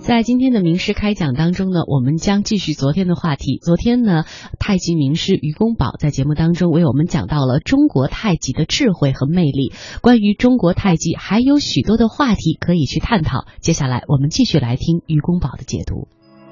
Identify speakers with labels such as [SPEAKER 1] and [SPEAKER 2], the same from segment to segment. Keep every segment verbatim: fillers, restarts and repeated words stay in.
[SPEAKER 1] 在今天的名师开讲当中呢，我们将继续昨天的话题。昨天呢，太极名师于公宝在节目当中为我们讲到了中国太极的智慧和魅力。关于中国太极还有许多的话题可以去探讨。接下来我们继续来听于公宝的解读。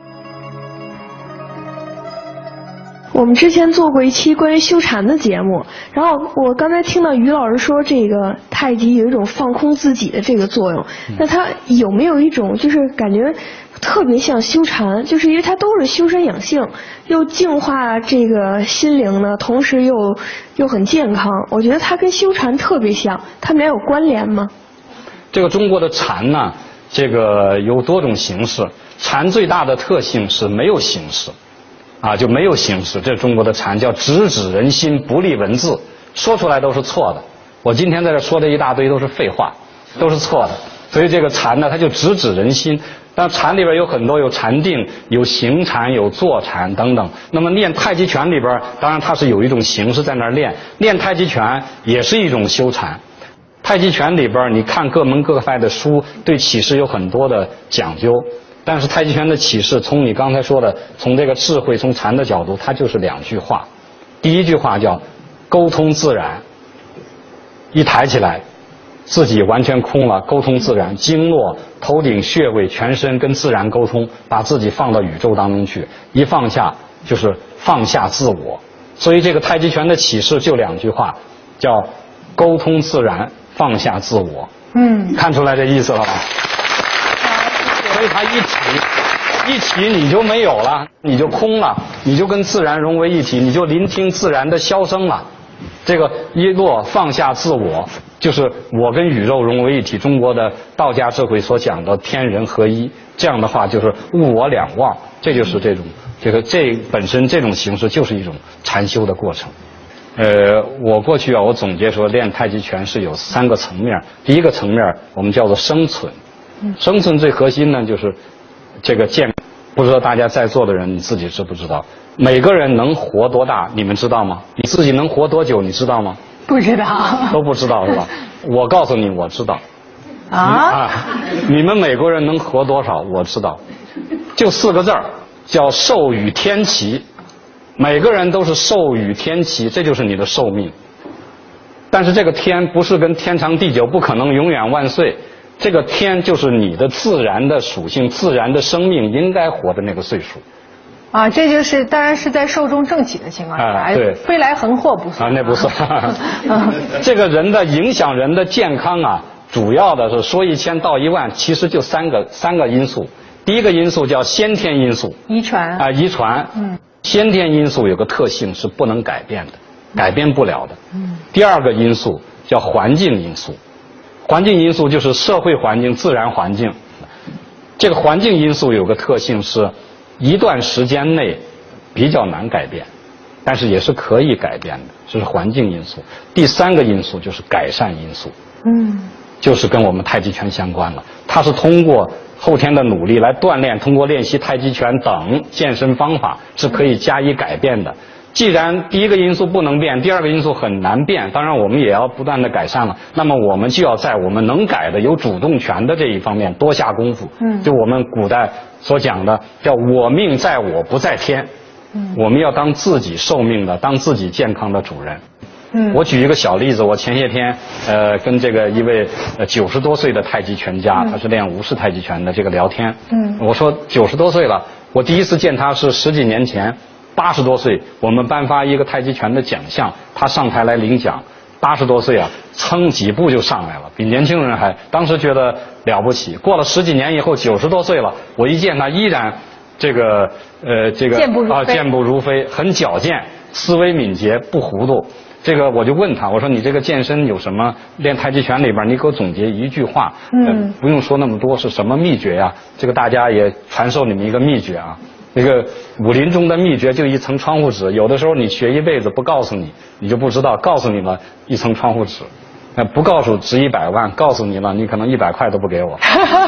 [SPEAKER 2] 我们之前做过一期关于修禅的节目，然后我刚才听到于老师说这个太极有一种放空自己的这个作用，那它有没有一种就是感觉特别像修禅，就是因为它都是修身养性，又净化这个心灵呢，同时又又很健康，我觉得它跟修禅特别像，它们俩有关联吗？
[SPEAKER 3] 这个中国的禅呢，这个有多种形式，禅最大的特性是没有形式啊，就没有形式。这中国的禅叫直指人心，不立文字，说出来都是错的。我今天在这说的一大堆都是废话，都是错的。所以这个禅呢，它就直指人心。但禅里边有很多，有禅定，有行禅，有坐禅等等。那么练太极拳里边，当然它是有一种形式在那儿练。练太极拳也是一种修禅。太极拳里边，你看各门各派的书，对起势有很多的讲究。但是太极拳的起势，从你刚才说的，从这个智慧，从禅的角度，它就是两句话。第一句话叫沟通自然，一抬起来，自己完全空了，沟通自然，经络、头顶穴位、全身跟自然沟通，把自己放到宇宙当中去。一放下就是放下自我。所以这个太极拳的起势就两句话，叫沟通自然，放下自我。嗯，看出来这意思了吧？所以它一起，一起你就没有了，你就空了，你就跟自然融为一体，你就聆听自然的箫声了。这个一落放下自我，就是我跟宇宙融为一体。中国的道家智慧所讲的天人合一，这样的话就是物我两忘，这就是这种这个这本身这种形式就是一种禅修的过程。呃，我过去啊，我总结说练太极拳是有三个层面。第一个层面我们叫做生存。生存最核心呢，就是这个健。不知道大家在座的人你自己知不知道？每个人能活多大，你们知道吗？你自己能活多久，你知道吗？
[SPEAKER 2] 不知道。
[SPEAKER 3] 都不知道是吧？我告诉你，我知道。
[SPEAKER 2] 啊？
[SPEAKER 3] 啊，你们美国人能活多少？我知道，就四个字儿，叫寿与天齐。每个人都是寿与天齐，这就是你的寿命。但是这个天不是跟天长地久，不可能永远万岁。这个天就是你的自然的属性，自然的生命应该活的那个岁数。
[SPEAKER 4] 啊，这就是当然是在寿终正寝的情况下，
[SPEAKER 3] 啊、对，
[SPEAKER 4] 飞来横祸不算
[SPEAKER 3] 啊，那不算。这个人的影响人的健康啊，主要的是说一千道一万，其实就三个三个因素。第一个因素叫先天因素，
[SPEAKER 4] 遗传
[SPEAKER 3] 啊，遗传。嗯，先天因素有个特性是不能改变的，改变不了的。嗯。第二个因素叫环境因素。环境因素就是社会环境、自然环境。这个环境因素有个特性是，一段时间内比较难改变，但是也是可以改变的，这是环境因素。第三个因素就是改善因素，嗯，就是跟我们太极拳相关了。它是通过后天的努力来锻炼，通过练习太极拳等健身方法是可以加以改变的。既然第一个因素不能变，第二个因素很难变，当然我们也要不断的改善了。那么我们就要在我们能改的、有主动权的这一方面多下功夫。嗯，就我们古代所讲的叫“我命在我不在天”。嗯，我们要当自己寿命的、当自己健康的主人。嗯，我举一个小例子，我前些天呃跟这个一位呃九十多岁的太极拳家，他是练吴式太极拳的这个聊天。嗯，我说九十多岁了，我第一次见他是十几年前。八十多岁，我们颁发一个太极拳的奖项，他上台来领奖。八十多岁啊，噌几步就上来了，比年轻人还。当时觉得了不起。过了十几年以后，九十多岁了，我一见他依然这个呃这个啊健步如飞，很矫健，思维敏捷，不糊涂。这个我就问他，我说你这个健身有什么？练太极拳里边，你给我总结一句话，嗯、呃，不用说那么多，是什么秘诀呀？这个大家也传授你们一个秘诀啊。那个武林中的秘诀就一层窗户纸，有的时候你学一辈子不告诉你，你就不知道；告诉你了，一层窗户纸，那不告诉值一百万，告诉你了，你可能一百块都不给我。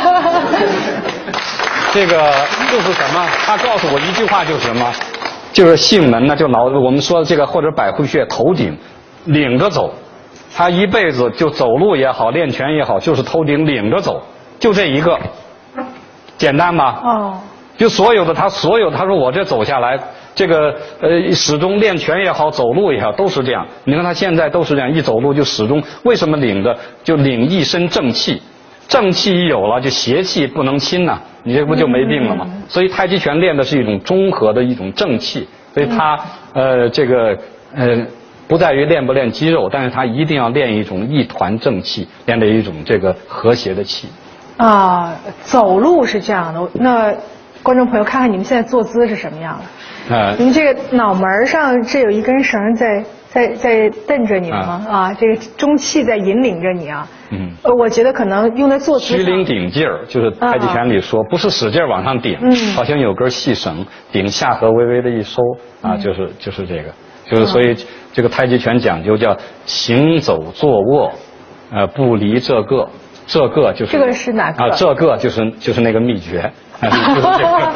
[SPEAKER 3] 这个就是什么？他告诉我一句话就是什么？就是性门呢，就脑我们说的这个或者百会穴头顶领着走，他一辈子就走路也好，练拳也好，就是头顶领着走，就这一个。 简单吧？
[SPEAKER 4] 哦，
[SPEAKER 3] 就所有的他所有他说我这走下来，这个呃始终练拳也好，走路也好，都是这样。你看他现在都是这样，一走路就始终为什么领着就领一身正气？正气一有了，就邪气不能侵呐、啊，你这不就没病了吗？嗯、所以太极拳练的是一种综合的一种正气，所以他呃这个呃不在于练不练肌肉，但是他一定要练一种一团正气，练的一种这个和谐的气。
[SPEAKER 4] 啊，走路是这样的，那观众朋友看看你们现在坐姿是什么样的？呃，你们这个脑门上这有一根绳在在在蹬着你们吗？啊, 啊，这个中气在引领着你啊。嗯。呃，我觉得可能用在坐姿上。
[SPEAKER 3] 虚灵顶劲儿，就是太极拳里说，啊、不是使劲往上顶，嗯，好像有根细绳顶下颌微微的一收啊，嗯、就是就是这个，就是所以这个太极拳讲究叫行走坐卧，呃，不离这个。这个就是
[SPEAKER 4] 这个是哪个
[SPEAKER 3] 啊？这个就是就是那个秘诀，就是这个。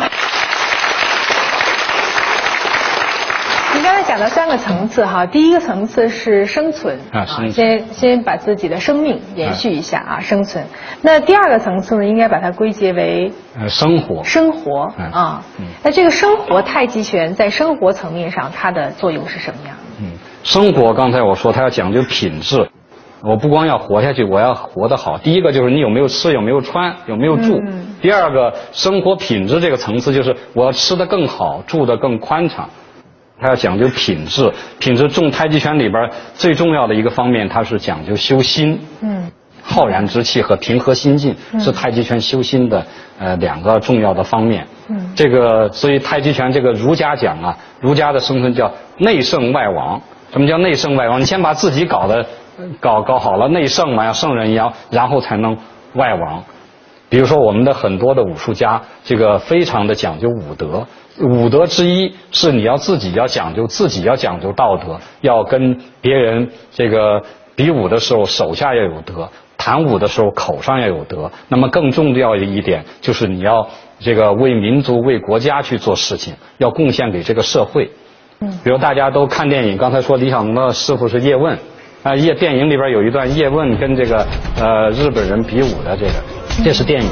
[SPEAKER 4] 你刚才讲的三个层次哈，第一个层次是生存
[SPEAKER 3] 啊，生存
[SPEAKER 4] 先先把自己的生命延续一下啊，生存。那第二个层次呢，应该把它归结为
[SPEAKER 3] 呃生活，
[SPEAKER 4] 生活啊。那这个生活太极拳在生活层面上它的作用是什么样？
[SPEAKER 3] 嗯，生活刚才我说它要讲究品质。我不光要活下去，我要活得好。第一个就是你有没有吃，有没有穿，有没有住。嗯、第二个，生活品质这个层次就是我要吃得更好，住得更宽敞。它要讲究品质，品质重太极拳里边最重要的一个方面，它是讲究修心。嗯，浩然之气和平和心境、嗯、是太极拳修心的呃两个重要的方面。嗯，这个所以太极拳这个儒家讲啊，儒家的生存叫内圣外王。什么叫内圣外王？你先把自己搞得。搞搞好了内圣嘛，像圣人一样，然后才能外王。比如说我们的很多的武术家，这个非常的讲究武德。武德之一是你要自己要讲究，自己要讲究道德，要跟别人这个比武的时候手下要有德，谈武的时候口上要有德。那么更重要的一点就是你要这个为民族为国家去做事情，要贡献给这个社会。嗯，比如大家都看电影，刚才说李小龙的师傅是叶问。啊，叶电影里边有一段叶问跟这个呃日本人比武的这个，这是电影。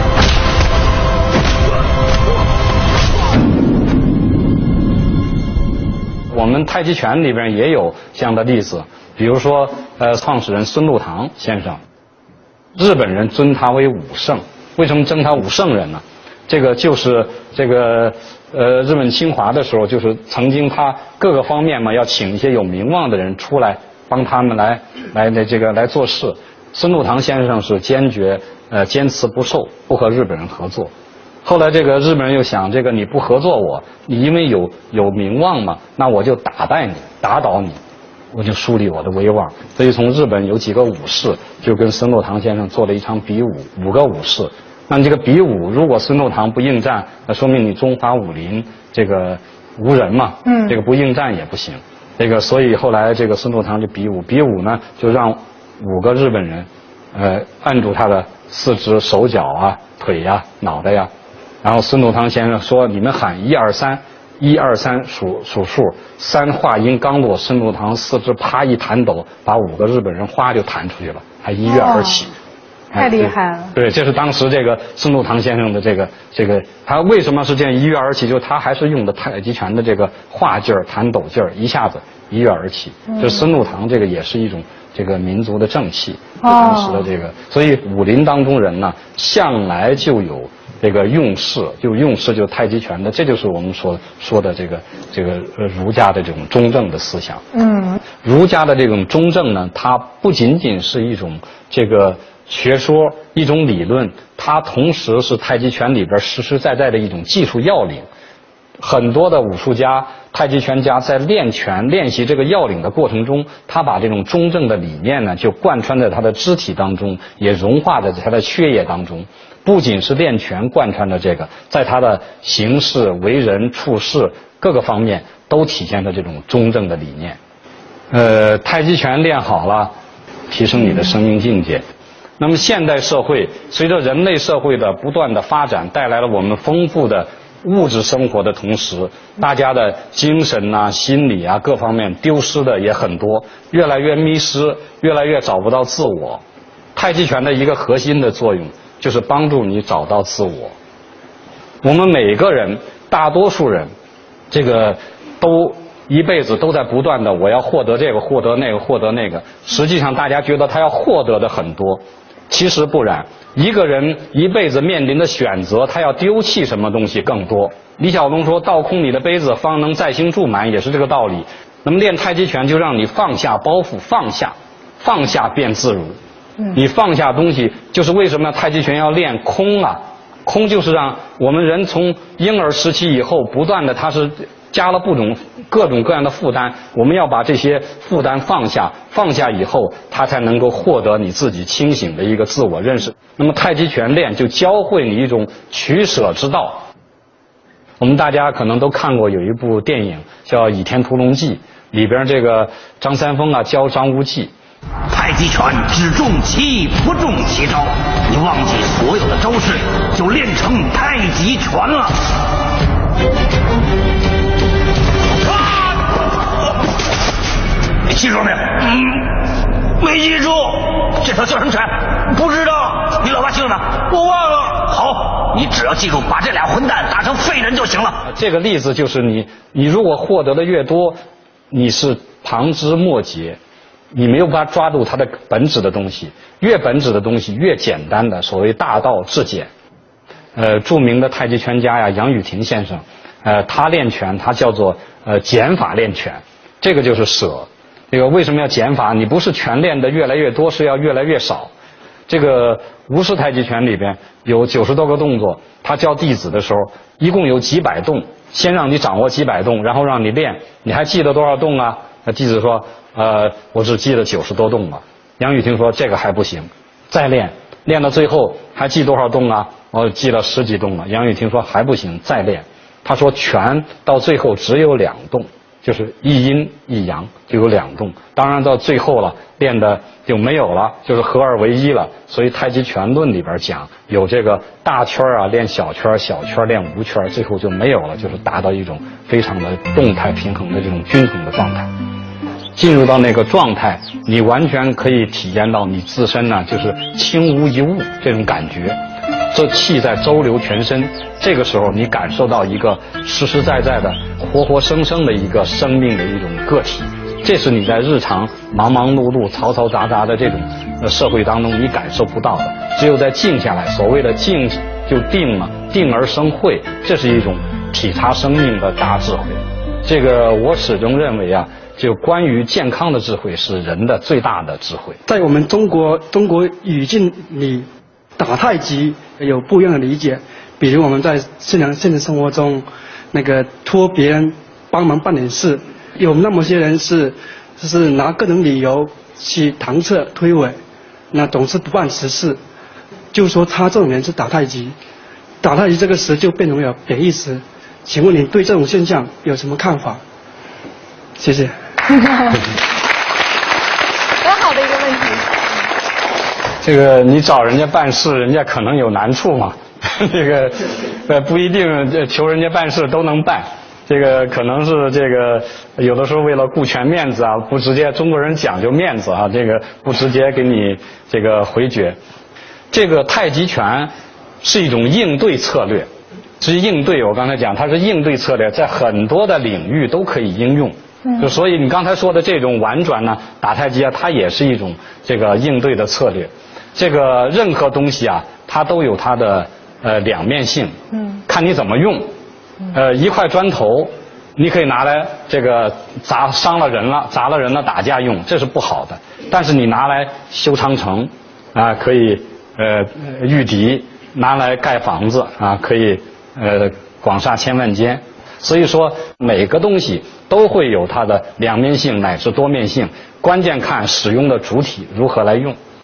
[SPEAKER 3] 我们太极拳里边也有这样的例子，比如说呃创始人孙禄堂先生，日本人尊他为武圣，为什么称他武圣人呢？这个就是这个呃日本侵华的时候，就是曾经他各个方面嘛要请一些有名望的人出来。帮他们来来来这个来做事，孙禄堂先生是坚决呃坚持不受，不和日本人合作。后来这个日本人又想，这个你不合作我，你因为有有名望嘛，那我就打败你，打倒你，我就树立我的威望。所以从日本有几个武士就跟孙禄堂先生做了一场比武，五个武士。那你这个比武，如果孙禄堂不应战，那说明你中华武林这个无人嘛，嗯，这个不应战也不行。这个，所以后来这个孙禄堂就比武，比武呢就让五个日本人，呃，按住他的四肢、手脚啊、腿呀、脑袋呀，然后孙禄堂先生说：“你们喊一二三，一二三数数数，三话音刚落，孙禄堂四肢啪一弹抖，把五个日本人哗就弹出去了，还一跃而起。”
[SPEAKER 4] 太厉害了！
[SPEAKER 3] 对，这是当时这个孙禄堂先生的这个这个，他为什么是这样一跃而起？就是他还是用的太极拳的这个化劲儿、弹抖劲儿，一下子一跃而起。嗯、就孙禄堂这个也是一种这个民族的正气，当时的这个，哦、所以武林当中人呢，向来就有这个用势，就用势就太极拳的，这就是我们说说的这个这个儒家的这种中正的思想。嗯，儒家的这种中正呢，它不仅仅是一种这个。学说一种理论，它同时是太极拳里边实实在在的一种技术要领。很多的武术家、太极拳家在练拳练习这个要领的过程中，他把这种中正的理念呢，就贯穿在他的肢体当中，也融化在他的血液当中。不仅是练拳贯穿着这个，在他的行事、为人、处事各个方面都体现着这种中正的理念。呃，太极拳练好了，提升你的生命境界。那么现代社会随着人类社会的不断的发展，带来了我们丰富的物质生活的同时，大家的精神啊、心理啊各方面丢失的也很多，越来越迷失，越来越找不到自我。太极拳的一个核心的作用就是帮助你找到自我， 我们每个人，大多数人，这个都一辈子都在不断的，我要获得这个，获得那个，获得那个。实际上，大家觉得他要获得的很多，其实不然。一个人一辈子面临的选择，他要丢弃什么东西更多。李小龙说：“倒空你的杯子，方能再行注满”，也是这个道理。那么练太极拳就让你放下包袱，放下，放下便自如。你放下东西，就是为什么太极拳要练空啊？空就是让我们人从婴儿时期以后，不断的它是加了不种各种各样的负担，我们要把这些负担放下，放下以后，他才能够获得你自己清醒的一个自我认识。那么太极拳练就教会你一种取舍之道。我们大家可能都看过有一部电影叫《倚天屠龙记》，里边这个张三丰啊教张无忌。
[SPEAKER 5] 太极拳只重其意不重其招，你忘记所有的招式，就练成太极拳了。你记住没有？嗯，没记住。这套叫什么拳？不知道。你老爸记住吗？我忘了。好，你只要记住把这俩混蛋打成废人就行了。
[SPEAKER 3] 这个例子就是你，你如果获得的越多，你是旁枝末节。你没有办法抓住它的本质的东西，越本质的东西越简单的，所谓大道至简。呃，著名的太极拳家呀，杨宇霆先生，呃，他练拳他叫做呃减法练拳，这个就是舍。这个为什么要减法？你不是拳练的越来越多，是要越来越少。这个吴式太极拳里边有九十多个动作，他教弟子的时候，一共有几百动，先让你掌握几百动，然后让你练，你还记得多少动啊？那弟子说。呃，我只记了九十多动了。杨宇霆说这个还不行，再练，练到最后还记多少动啊？我记了十几动了。杨宇霆说还不行，再练。他说拳到最后只有两动，就是一阴一阳，就有两动。当然到最后了，练的就没有了，就是合二为一了。所以太极拳论里边讲有这个大圈啊练小圈，小圈练无圈，最后就没有了，就是达到一种非常的动态平衡的这种均衡的状态。进入到那个状态，你完全可以体验到你自身呢，就是轻无一物这种感觉，这气在周流全身。这个时候，你感受到一个实实在在的、活活生生的一个生命的一种个体。这是你在日常忙忙碌碌、嘈嘈杂杂的这种呃社会当中你感受不到的。只有在静下来，所谓的静就定了，定而生慧，这是一种体察生命的大智慧。这个我始终认为啊。就关于健康的智慧是人的最大的智慧。
[SPEAKER 6] 在我们中国中国语境里，打太极有不一样的理解。比如我们在现实现实生活中，那个托别人帮忙办点事，有那么些人是就是拿各种理由去搪塞推诿，那总是不办实事。就说他这种人是打太极，打太极这个词就变成了贬义词。请问你对这种现象有什么看法？谢谢。
[SPEAKER 4] 多好的一个问题！
[SPEAKER 3] 这个你找人家办事，人家可能有难处嘛。这个呃不一定求人家办事都能办。这个可能是这个有的时候为了顾全面子啊，不直接，中国人讲究面子啊，这个不直接给你这个回绝。这个太极拳是一种应对策略，至于应对，我刚才讲它是应对策略，在很多的领域都可以应用。就所以你刚才说的这种婉转呢，打太极啊，它也是一种这个应对的策略。这个任何东西啊，它都有它的呃两面性，嗯，看你怎么用。呃，一块砖头，你可以拿来这个砸伤了人了，砸了人了打架用，这是不好的。但是你拿来修长城啊，可以呃御敌，拿来盖房子啊，可以呃广厦千万间。所以说每个东西都会有它的两面性乃至多面性，关键看使用的主体如何来用。